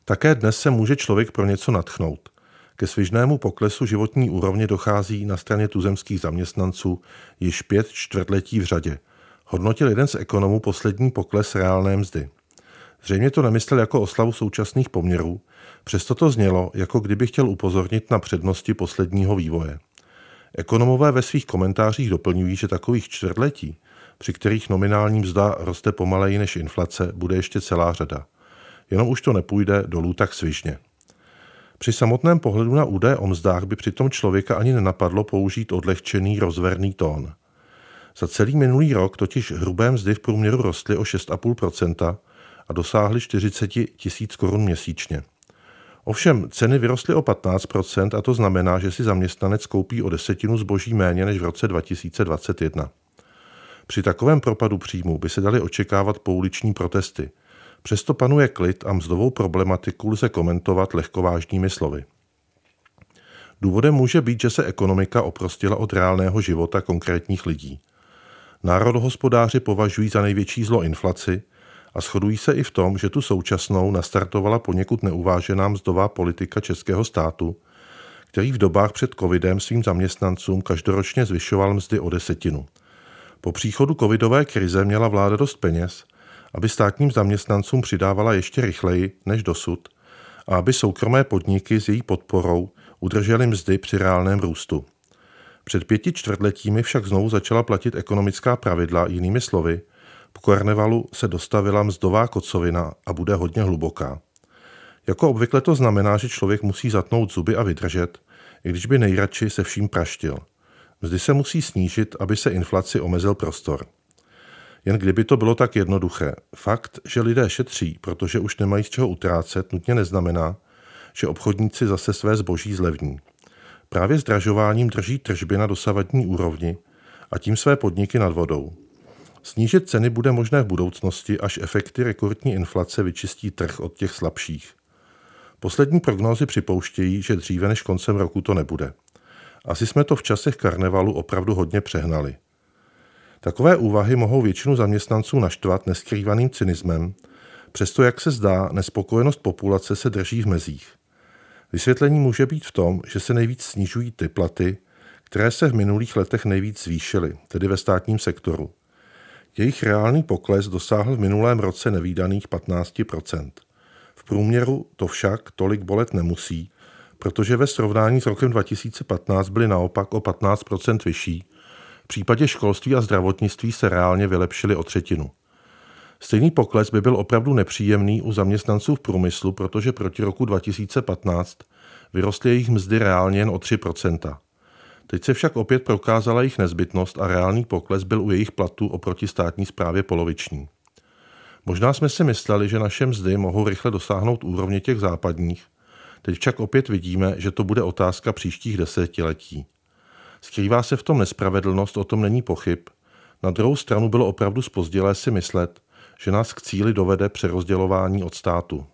Také dnes se může člověk pro něco nadchnout. Ke svižnému poklesu životní úrovně dochází na straně tuzemských zaměstnanců již 5 čtvrtletí v řadě. Hodnotil jeden z ekonomů poslední pokles reálné mzdy. Zřejmě to nemyslel jako oslavu současných poměrů, přesto to znělo, jako kdyby chtěl upozornit na přednosti posledního vývoje. Ekonomové ve svých komentářích doplňují, že takových čtvrtletí, při kterých nominální mzda roste pomaleji než inflace, bude ještě celá řada. Jenom už to nepůjde dolů tak svižně. Při samotném pohledu na údaje o mzdách by přitom člověka ani nenapadlo použít odlehčený, rozverný tón. Za celý minulý rok totiž hrubé mzdy v průměru rostly o 6,5% a dosáhly 40 000 korun měsíčně. Ovšem ceny vyrostly o 15% a to znamená, že si zaměstnanec koupí o 10% zboží méně než v roce 2021. Při takovém propadu příjmů by se daly očekávat pouliční protesty. Přesto panuje klid a mzdovou problematiku lze komentovat lehkovážnými slovy. Důvodem může být, že se ekonomika oprostila od reálného života konkrétních lidí. Národohospodáři považují za největší zlo inflaci a shodují se i v tom, že tu současnou nastartovala poněkud neuvážená mzdová politika českého státu, který v dobách před covidem svým zaměstnancům každoročně zvyšoval mzdy o 10%. Po příchodu covidové krize měla vláda dost peněz, aby státním zaměstnancům přidávala ještě rychleji než dosud a aby soukromé podniky s její podporou udržely mzdy při reálném růstu. Před 5 čtvrtletími však znovu začala platit ekonomická pravidla, jinými slovy, po karnevalu se dostavila mzdová kocovina a bude hodně hluboká. Jako obvykle to znamená, že člověk musí zatnout zuby a vydržet, i když by nejradši se vším praštil. Mzdy se musí snížit, aby se inflaci omezil prostor. Jen kdyby to bylo tak jednoduché. Fakt, že lidé šetří, protože už nemají z čeho utrácet, nutně neznamená, že obchodníci zase své zboží zlevní. Právě zdražováním drží tržby na dosavadní úrovni a tím své podniky nad vodou. Snížit ceny bude možné v budoucnosti, až efekty rekordní inflace vyčistí trh od těch slabších. Poslední prognózy připouštějí, že dříve než koncem roku to nebude. Asi jsme to v časech karnevalu opravdu hodně přehnali. Takové úvahy mohou většinu zaměstnanců naštvat neskrývaným cynismem, přesto jak se zdá, nespokojenost populace se drží v mezích. Vysvětlení může být v tom, že se nejvíc snižují ty platy, které se v minulých letech nejvíc zvýšily, tedy ve státním sektoru. Jejich reálný pokles dosáhl v minulém roce nevídaných 15%. V průměru to však tolik bolet nemusí, protože ve srovnání s rokem 2015 byly naopak o 15% vyšší. V případě školství a zdravotnictví se reálně vylepšily o 1/3. Stejný pokles by byl opravdu nepříjemný u zaměstnanců v průmyslu, protože proti roku 2015 vyrostly jejich mzdy reálně jen o 3%. Teď se však opět prokázala jejich nezbytnost a reálný pokles byl u jejich platů oproti státní správě poloviční. Možná jsme si mysleli, že naše mzdy mohou rychle dosáhnout úrovně těch západních, teď však opět vidíme, že to bude otázka příštích desetiletí. Skrývá se v tom nespravedlnost, o tom není pochyb. Na druhou stranu bylo opravdu zpozdilé si myslet, že nás k cíli dovede přerozdělování od státu.